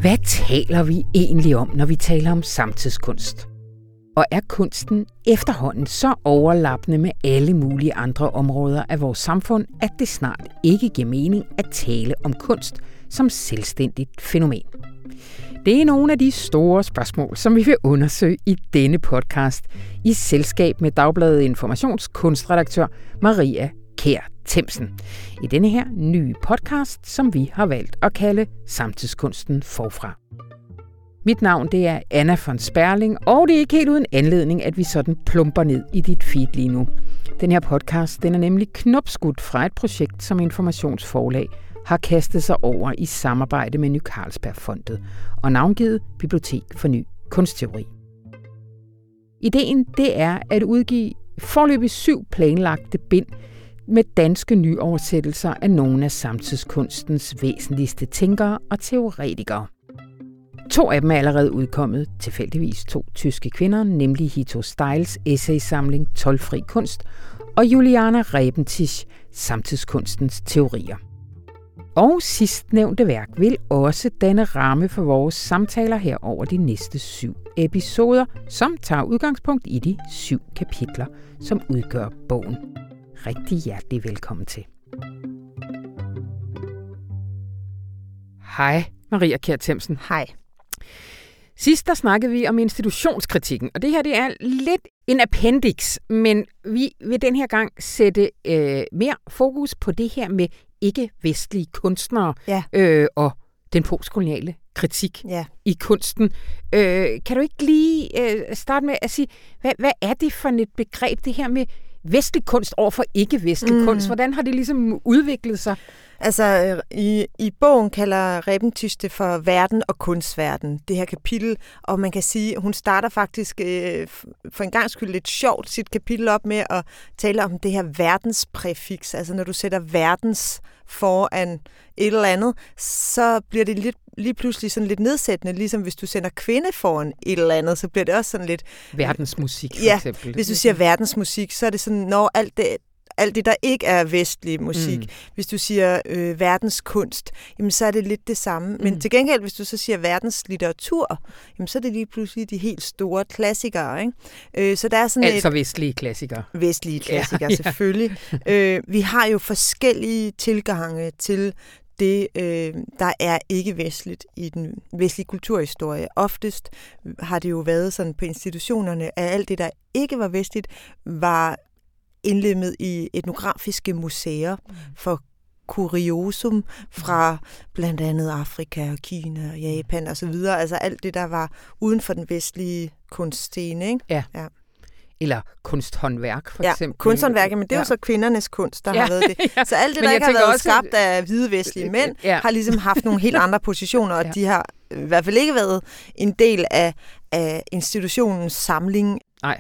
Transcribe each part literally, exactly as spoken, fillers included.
Hvad taler vi egentlig om, når vi taler om samtidskunst? Og er kunsten efterhånden så overlappende med alle mulige andre områder af vores samfund, at det snart ikke giver mening at tale om kunst som selvstændigt fænomen? Det er nogle af de store spørgsmål, som vi vil undersøge i denne podcast i selskab med Dagbladet Informations kunstredaktør Maria Kjær Themsen. I denne her nye podcast, som vi har valgt at kalde Samtidskunsten forfra. Mit navn det er Anna von Sperling, og det er ikke helt uden anledning, at vi sådan plumper ned i dit feed lige nu. Den her podcast den er nemlig knopskudt fra et projekt, som Informationsforlag har kastet sig over i samarbejde med Ny Carlsbergfondet og navngivet Bibliotek for Ny Kunstteori. Ideen det er at udgive foreløbig syv planlagte bind med danske nyoversættelser af nogle af samtidskunstens væsentligste tænkere og teoretikere. To af dem er allerede udkommet, tilfældigvis to tyske kvinder, nemlig Hito Steyls essaysamling Toldfri kunst og Juliana Rebentichs Samtidskunstens teorier. Og sidstnævnte værk vil også danne ramme for vores samtaler her over de næste syv episoder, som tager udgangspunkt i de syv kapitler, som udgør bogen. Rigtig hjertelig velkommen til. Hej, Maria Kjær Themsen. Hej. Sidst der snakkede vi om institutionskritikken, og det her det er lidt en appendix, men vi vil den her gang sætte øh, mere fokus på det her med ikke-vestlige kunstnere ja. øh, og den postkoloniale kritik ja. i kunsten. Øh, kan du ikke lige øh, starte med at sige, hvad, hvad er det for et begreb, det her med vestlig kunst over for ikke-vestlig mm. kunst? Hvordan har det ligesom udviklet sig? Altså, i, i bogen kalder Rebentich det for verden og kunstverden, det her kapitel, og man kan sige, hun starter faktisk øh, for en gang skyld lidt sjovt sit kapitel op med at tale om det her verdenspræfiks, altså når du sætter verdens foran et eller andet, så bliver det lidt, lige pludselig sådan lidt nedsættende, ligesom hvis du sender kvinde foran et eller andet, så bliver det også sådan lidt... Verdensmusik, for ja, eksempel. Hvis du siger verdensmusik, så er det sådan, når alt det... Alt det, der ikke er vestlig musik. Mm. Hvis du siger øh, verdenskunst, jamen, så er det lidt det samme. Mm. Men til gengæld, hvis du så siger verdenslitteratur, jamen, så er det lige pludselig de helt store klassikere. Ikke? Øh, så der er sådan altså et, vestlige klassikere. Vestlige klassikere, ja, selvfølgelig. øh, vi har jo forskellige tilgange til det, øh, der er ikke vestligt i den vestlige kulturhistorie. Oftest har det jo været sådan på institutionerne, at alt det, der ikke var vestligt, var indlemmet i etnografiske museer for kuriosum fra blandt andet Afrika og Kina og Japan og så videre. Altså alt det, der var uden for den vestlige kunstscene, ikke? Ja. ja. Eller kunsthåndværk, for eksempel. Ja, kunsthåndværk, men det er ja. jo så kvindernes kunst, der ja. har været det. Så alt det, der ikke har været også... skabt af hvide vestlige mænd, ja. har ligesom haft nogle helt andre positioner, og ja. de har i hvert fald ikke været en del af, af institutionens samling. Nej.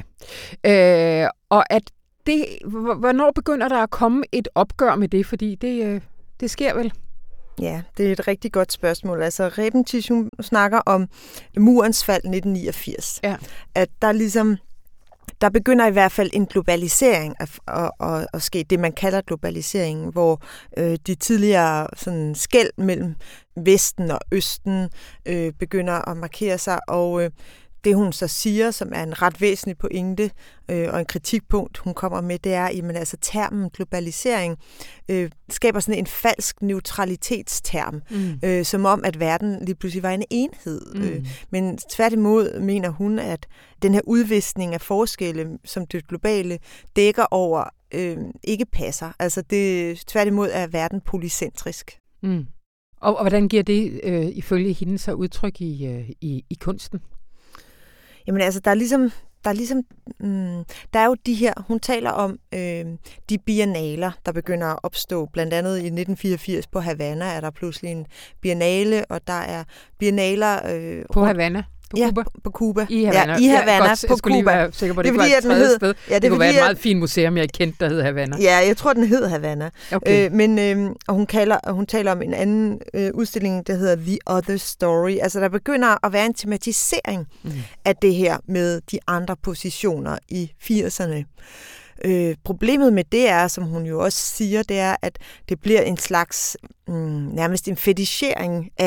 Øh, og at Det, hvornår begynder der at komme et opgør med det? Fordi det, det sker vel? Ja, det er et rigtig godt spørgsmål. Altså, Rebentich snakker om murens fald nitten niogfirs. Ja. At der ligesom, der begynder i hvert fald en globalisering at, at, at, at ske, det man kalder globalisering, hvor øh, de tidligere sådan, skel mellem Vesten og Østen øh, begynder at markere sig, og øh, det, hun så siger, som er en ret væsentlig pointe øh, og en kritikpunkt, hun kommer med, det er, at altså, termen globalisering øh, skaber sådan en falsk neutralitetsterm, mm. øh, som om, at verden lige pludselig var en enhed. Mm. Øh, men tværtimod mener hun, at den her udviskning af forskelle, som det globale dækker over, øh, ikke passer. Altså, det tværtimod er verden polycentrisk. Mm. Og, og hvordan giver det øh, ifølge hende så udtryk i, øh, i, i kunsten? Jamen altså, der er ligesom, der er ligesom, mm, der er jo de her, hun taler om øh, de biennaler, der begynder at opstå. Blandt andet i nitten fireogfirs på Havana er der pludselig en biennale, og der er biennaler... Øh, på Havana? På ja, Cuba? på Cuba. I Havana? Ja, i Havana, ja, godt, på jeg skulle Cuba. Lige være sikker på, det, det var et tredje sted. Ja, det, det kunne fordi, være et meget fint museum, jeg kendte, der hed Havana. Ja, jeg tror, den hed Havana. Okay. Øh, men, øh, og hun, kalder, hun taler om en anden øh, udstilling, der hedder The Other Story. Altså, der begynder at være en tematisering mm. af det her med de andre positioner i firserne. Øh, problemet med det er, som hun jo også siger, det er, at det bliver en slags, mm, nærmest en fetichering af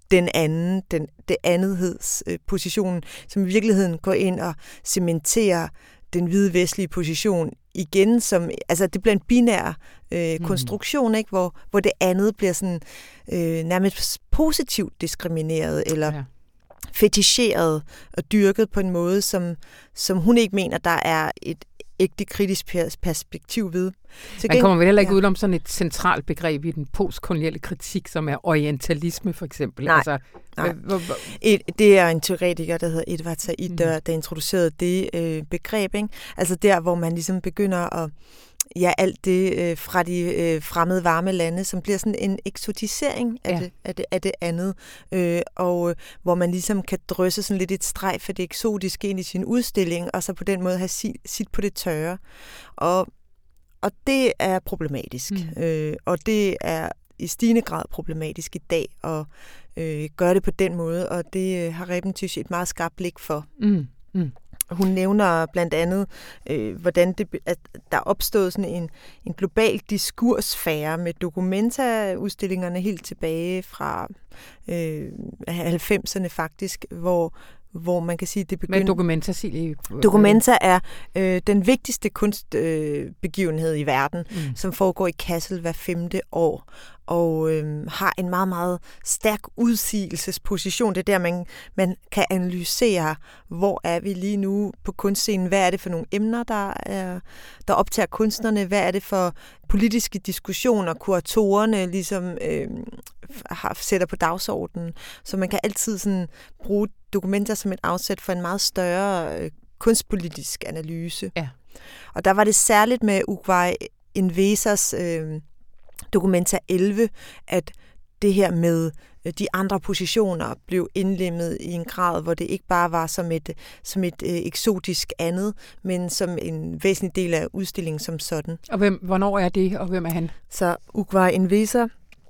den anden, den, det andetheds-positionen, øh, som i virkeligheden går ind og cementerer den hvide vestlige position igen, som, altså det bliver en binær øh, mm. konstruktion, ikke? Hvor, hvor det andet bliver sådan øh, nærmest positivt diskrimineret, eller ja. feticheret og dyrket på en måde, som, som hun ikke mener, der er et ægte kritisk perspektiv ved. Så man kommer vel heller ikke ja. ud om sådan et centralt begreb i den postkoloniale kritik, som er orientalisme for eksempel. Nej, altså, nej. Et, det er en teoretiker, der hedder Edward Said, mm. der, der introducerede det øh, begreb. Ikke? Altså der, hvor man ligesom begynder at ja, alt det øh, fra de øh, fremmede varme lande, som bliver sådan en eksotisering af, ja. det, af, det, af det andet, øh, og øh, hvor man ligesom kan drysse sådan lidt et streg for det eksotiske ind i sin udstilling, og så på den måde have sit, sit på det tørre. Og, og det er problematisk, mm. øh, og det er i stigende grad problematisk i dag at øh, gøre det på den måde, og det øh, har Rebentisch et meget skarpt blik for. Mm. Mm. Hun nævner blandt andet, øh, hvordan det, at der opstod sådan en, en global diskursfære med Documenta-udstillingerne helt tilbage fra øh, halvfemserne faktisk, hvor hvor man kan sige, det begynder... Men Documenta, Silje? Documenta er øh, den vigtigste kunstbegivenhed øh, i verden, mm. som foregår i Kassel hver femte år, og øh, har en meget, meget stærk udsigelsesposition. Det er der, man, man kan analysere, hvor er vi lige nu på kunstscenen, hvad er det for nogle emner, der, er, der optager kunstnerne, hvad er det for politiske diskussioner, kuratorerne ligesom øh, har, sætter på dagsordenen. Så man kan altid sådan bruge Documenta som et afsæt for en meget større øh, kunstpolitisk analyse. Ja. Og der var det særligt med Uguay Envesas øh, Documenta elleve, at det her med de andre positioner blev indlemmet i en grad, hvor det ikke bare var som et, som et øh, eksotisk andet, men som en væsentlig del af udstillingen som sådan. Og hvem, hvornår er det, og hvem er han? Så Uguay Envesa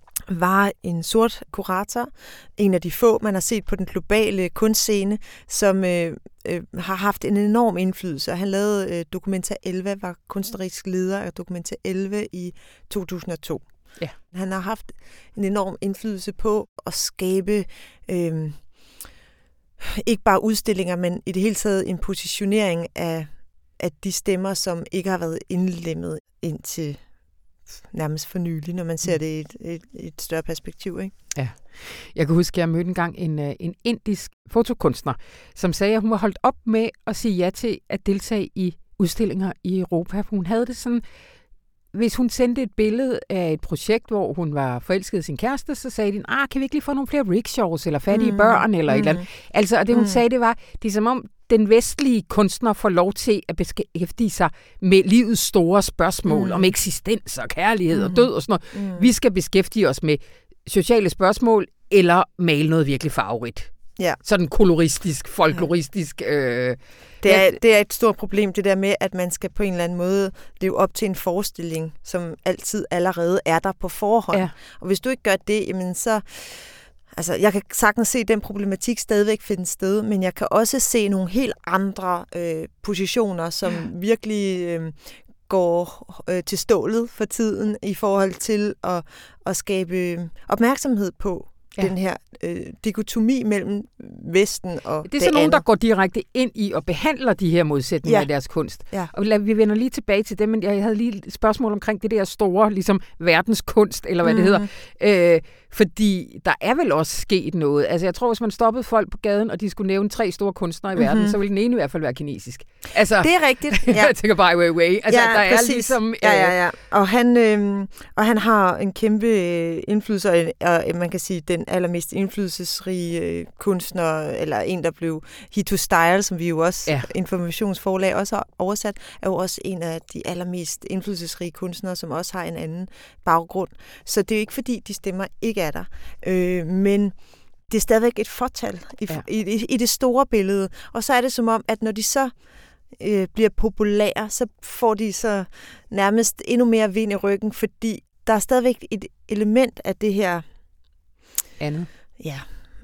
var en sort kurator, en af de få, man har set på den globale kunstscene, som øh, øh, har haft en enorm indflydelse. Han lavede øh, Documenta elleve, var kunstnerisk leder af Documenta elleve i to tusind og to. Ja. Han har haft en enorm indflydelse på at skabe øh, ikke bare udstillinger, men i det hele taget en positionering af, af de stemmer, som ikke har været indlemmet indtil nærmest for nylig, når man ser det i et, et, et større perspektiv. Ikke? Ja. Jeg kan huske, at jeg mødte engang en, en indisk fotokunstner, som sagde, at hun var holdt op med at sige ja til at deltage i udstillinger i Europa. Hun havde det sådan, hvis hun sendte et billede af et projekt, hvor hun var forelsket i sin kæreste, så sagde de, ah, kan vi ikke lige få nogle flere rickshaws, eller fattige mm. børn, eller mm. et eller andet. Altså, og det hun mm. sagde, det var, det er som om, den vestlige kunstner får lov til at beskæftige sig med livets store spørgsmål mm. om eksistens og kærlighed mm. og død og sådan noget. Mm. Vi skal beskæftige os med sociale spørgsmål, eller male noget virkelig farverigt. Ja. Sådan koloristisk, folkloristisk. Øh, det, er, det er et stort problem, det der med, at man skal på en eller anden måde leve op til en forestilling, som altid allerede er der på forhånd. Ja. Og hvis du ikke gør det, jamen så... Altså, jeg kan sagtens se, at den problematik stadigvæk finder sted, men jeg kan også se nogle helt andre øh, positioner, som ja. virkelig øh, går øh, til stålet for tiden i forhold til at, at skabe opmærksomhed på ja. den her øh, dikotomi mellem Vesten og det Det er så nogen, der går direkte ind i og behandler de her modsætninger ja. i deres kunst. Ja. Og lad, vi vender lige tilbage til det, men jeg havde lige et spørgsmål omkring det der store, ligesom verdenskunst, eller hvad mm-hmm. det hedder. Øh, fordi der er vel også sket noget. Altså jeg tror, hvis man stoppede folk på gaden, og de skulle nævne tre store kunstnere i mm-hmm. verden, så ville den ene i hvert fald være kinesisk. Altså, det er rigtigt. Ja. jeg tænker bare, way, way. Altså, ja, der præcis. er ligesom... Øh, ja, ja, ja. Og han, øh, og han har en kæmpe øh, indflydelse, og, og man kan sige, den allermest indflydelsesrige øh, kunstner, eller en, der blev Hito Style, som vi jo også, ja. informationsforlag også har oversat, er jo også en af de allermest indflydelsesrige kunstnere, som også har en anden baggrund. Så det er ikke fordi, de stemmer ikke er der. Øh, men det er stadigvæk et fortal i, ja. i, i, i det store billede. Og så er det som om, at når de så øh, bliver populære, så får de så nærmest endnu mere vind i ryggen, fordi der er stadigvæk et element af det her andet. Ja,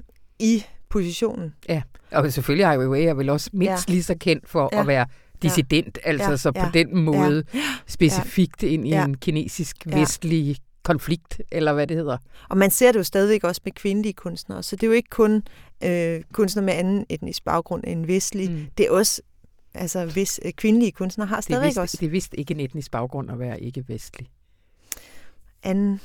i positionen. Ja, og selvfølgelig Ai Weiwei er vel også mindst ja. lige så kendt for ja. at være dissident, ja. altså ja. så på ja. den måde ja. specifikt ja. ind i ja. en kinesisk, vestlig konflikt, eller hvad det hedder. Og man ser det jo stadigvæk også med kvindelige kunstnere, så det er jo ikke kun øh, kunstnere med anden etnisk baggrund end vestlige. Mm. Det er også, altså hvis øh, kvindelige kunstnere har stadigvæk det vist, også. Det er vist ikke en etnisk baggrund at være ikke-vestlig. Anden.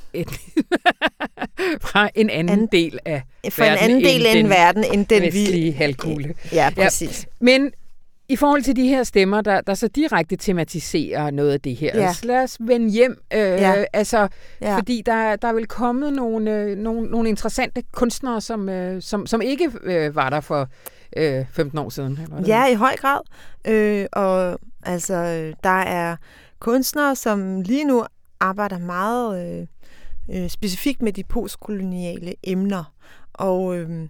Fra en anden, anden del af fra verden. Fra en anden del af en verden, end den vestlige vi... halvkugle. Ja, præcis. Ja. Men i forhold til de her stemmer, der, der så direkte tematiserer noget af det her. Ja. Så lad os vende hjem. Øh, ja. Altså, ja. Fordi der, der er vel kommet nogle, øh, nogle, nogle interessante kunstnere, som, øh, som, som ikke øh, var der for øh, femten år siden. Eller ja, i høj grad. Øh, og altså, der er kunstnere, som lige nu arbejder meget øh, øh, specifikt med de postkoloniale emner. Og øh,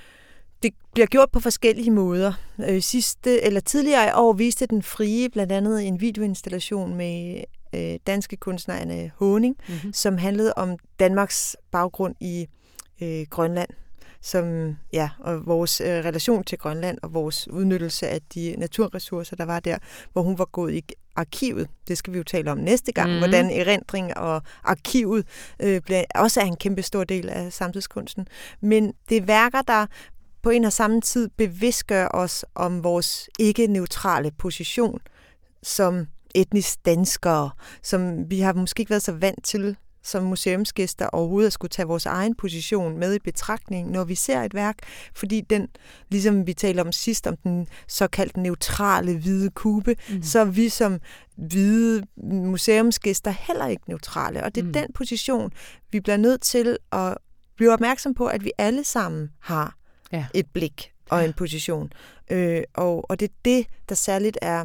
det bliver gjort på forskellige måder. Øh, sidste, eller tidligere i år viste Den Frie blandt andet en videoinstallation med øh, danske kunstner Anne Håning, mm-hmm. som handlede om Danmarks baggrund i øh, Grønland, som ja, og vores øh, relation til Grønland og vores udnyttelse af de naturressourcer, der var der, hvor hun var gået i arkivet. Det skal vi jo tale om næste gang, mm. hvordan erindring og arkivet øh, bliver, også er en kæmpe stor del af samtidskunsten. Men det er værker, der på en og samme tid bevidstgør os om vores ikke-neutrale position som etnisk danskere, som vi har måske ikke været så vant til som museumsgæster overhovedet at skulle tage vores egen position med i betragtning, når vi ser et værk, fordi den, ligesom vi talte om sidst, om den såkaldte neutrale hvide kube, mm. så er vi som hvide museumsgæster heller ikke neutrale, og det er mm. den position, vi bliver nødt til at blive opmærksom på, at vi alle sammen har ja. et blik og en position. Øh, og, og det er det, der særligt er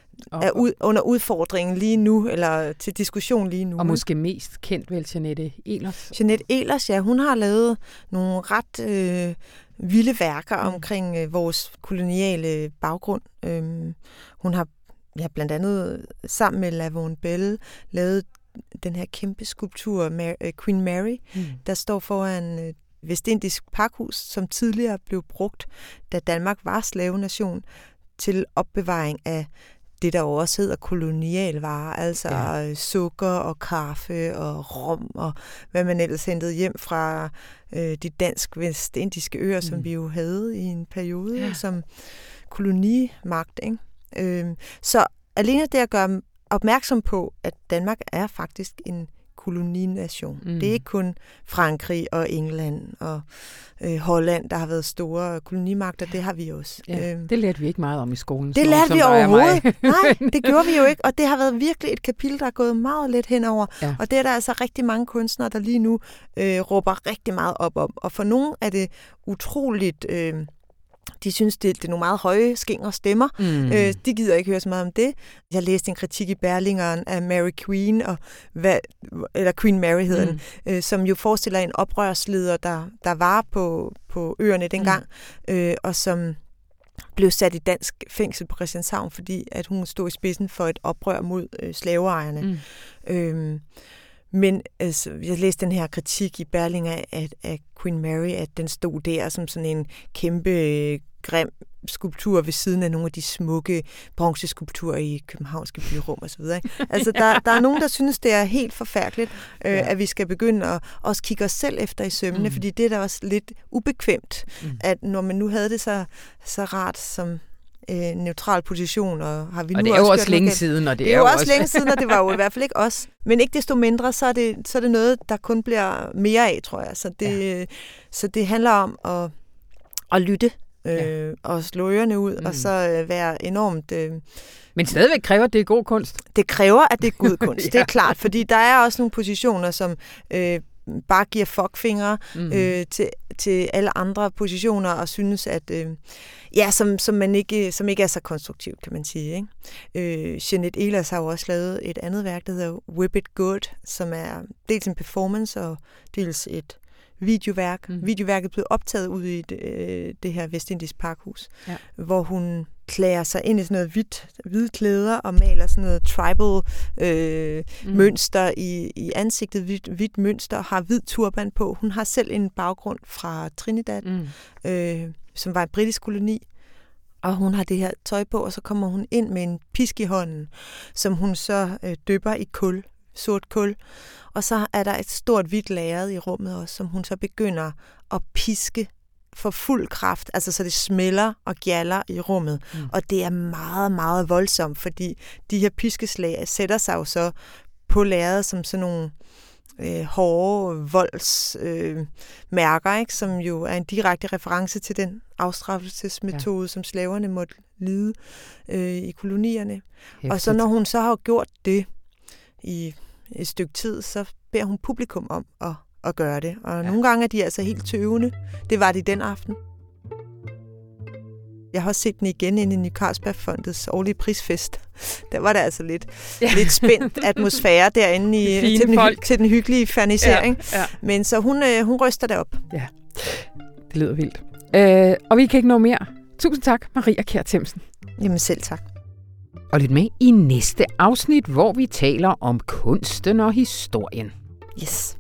er ud, under udfordringen lige nu, eller til diskussion lige nu. Og måske mest kendt vel Jeanette Ehlers. Jeanette Ehlers, ja, hun har lavet nogle ret øh, vilde værker mm. omkring øh, vores koloniale baggrund. Øhm, hun har ja, blandt andet sammen med Lavonne Bell lavet den her kæmpe skulptur, Mar- øh, Queen Mary, mm. der står foran øh, Vestindisk Pakhus, som tidligere blev brugt, da Danmark var slavenation, til opbevaring af det, der jo også hedder kolonialvarer, altså ja. sukker og kaffe og rom og hvad man ellers hentede hjem fra øh, de dansk-vestindiske øer, mm. som vi jo havde i en periode ja. som kolonimagt. Ikke? Øh, så alene det at gøre opmærksom på, at Danmark er faktisk en kolonination. Mm. Det er ikke kun Frankrig og England og øh, Holland, der har været store kolonimagter. Det har vi også. Ja, øh, det lærte vi ikke meget om i skolen. Det lærte vi overhovedet. Nej, det gjorde vi jo ikke. Og det har været virkelig et kapitel, der er gået meget let henover. Ja. Og det er der altså rigtig mange kunstnere, der lige nu øh, råber rigtig meget op om. Og for nogle er det utroligt... Øh, De synes, det, det er nogle meget høje skingre stemmer. Mm. Øh, de gider ikke høre så meget om det. Jeg læste en kritik i Berlingeren af Mary Queen, og hvad, eller Queen Mary hedder mm. den, øh, som jo forestiller en oprørsleder, der, der var på, på øerne dengang, mm. øh, og som blev sat i dansk fængsel på Christianshavn, fordi at hun stod i spidsen for et oprør mod øh, slaveejerne. Mm. Øh, Men altså, jeg læste den her kritik i Berlinger af, af Queen Mary, at den stod der som sådan en kæmpe grim skulptur ved siden af nogle af de smukke bronzeskulpturer i københavnske byrum og så videre. Altså, der, der er nogen, der synes, det er helt forfærdeligt, øh, ja. at vi skal begynde at også kigge os selv efter i sømmene, mm. fordi det er da også lidt ubekvemt, mm. at når man nu havde det så, så rart som øh, neutral position, og har vi og nu det er også jo også længe siden, og det, det er jo også længe siden, og det var jo i hvert fald ikke os. Men ikke desto mindre, så er det, så er det noget, der kun bliver mere af, tror jeg. Så det, ja. så det handler om at, at lytte, øh, ja. og slå ørerne ud, mm. og så øh, være enormt... Øh, Men stadigvæk kræver det god kunst. Det kræver, at det er god kunst, ja. Det er klart, fordi der er også nogle positioner, som... Øh, bare giver fuckfingre mm. øh, til, til alle andre positioner og synes, at øh, ja, som, som, man ikke, som ikke er så konstruktivt, kan man sige. Ikke? Øh, Jeanette Ehlers har jo også lavet et andet værk, der hedder Whip It Good, som er dels en performance og dels et videoværk. Mm. Videoværket blev optaget ud i det, øh, det her Vestindisk Pakhus, ja. hvor hun klæder sig ind i sådan noget hvidt, hvide klæder og maler sådan noget tribal øh, mm. mønster i, i ansigtet, hvidt, hvidt mønster, og har hvid turban på. Hun har selv en baggrund fra Trinidad, mm. øh, som var en britisk koloni, og hun har det her tøj på, og så kommer hun ind med en pisk i hånden, som hun så øh, dypper i kul, sort kul. Og så er der et stort hvidt lærred i rummet også, som hun så begynder at piske for fuld kraft, altså så det smelter og gjalder i rummet. Mm. Og det er meget, meget voldsomt, fordi de her piskeslag sætter sig jo så på lærredet som sådan nogle øh, hårde voldsmærker, øh, ikke? Som jo er en direkte reference til den afstraffelsesmetode, ja. som slaverne måtte lide øh, i kolonierne. Hæftigt. Og så når hun så har gjort det i et stykke tid, så beder hun publikum om at, at gøre det. Og ja. nogle gange er de altså helt tøvende. Det var de den aften. Jeg har også set den igen inde i Ny Carlsbergfondets årlige prisfest. Der var der altså lidt, ja. lidt spændt atmosfære derinde i, til, den, til den hyggelige fernisering. Ja, ja. Men så hun, øh, hun ryster det op. Ja, det lyder vildt. Øh, og vi kan ikke nå mere. Tusind tak, Maria Kjær Themsen. Jamen selv tak. Og lidt med i næste afsnit, hvor vi taler om kunsten og historien. Yes.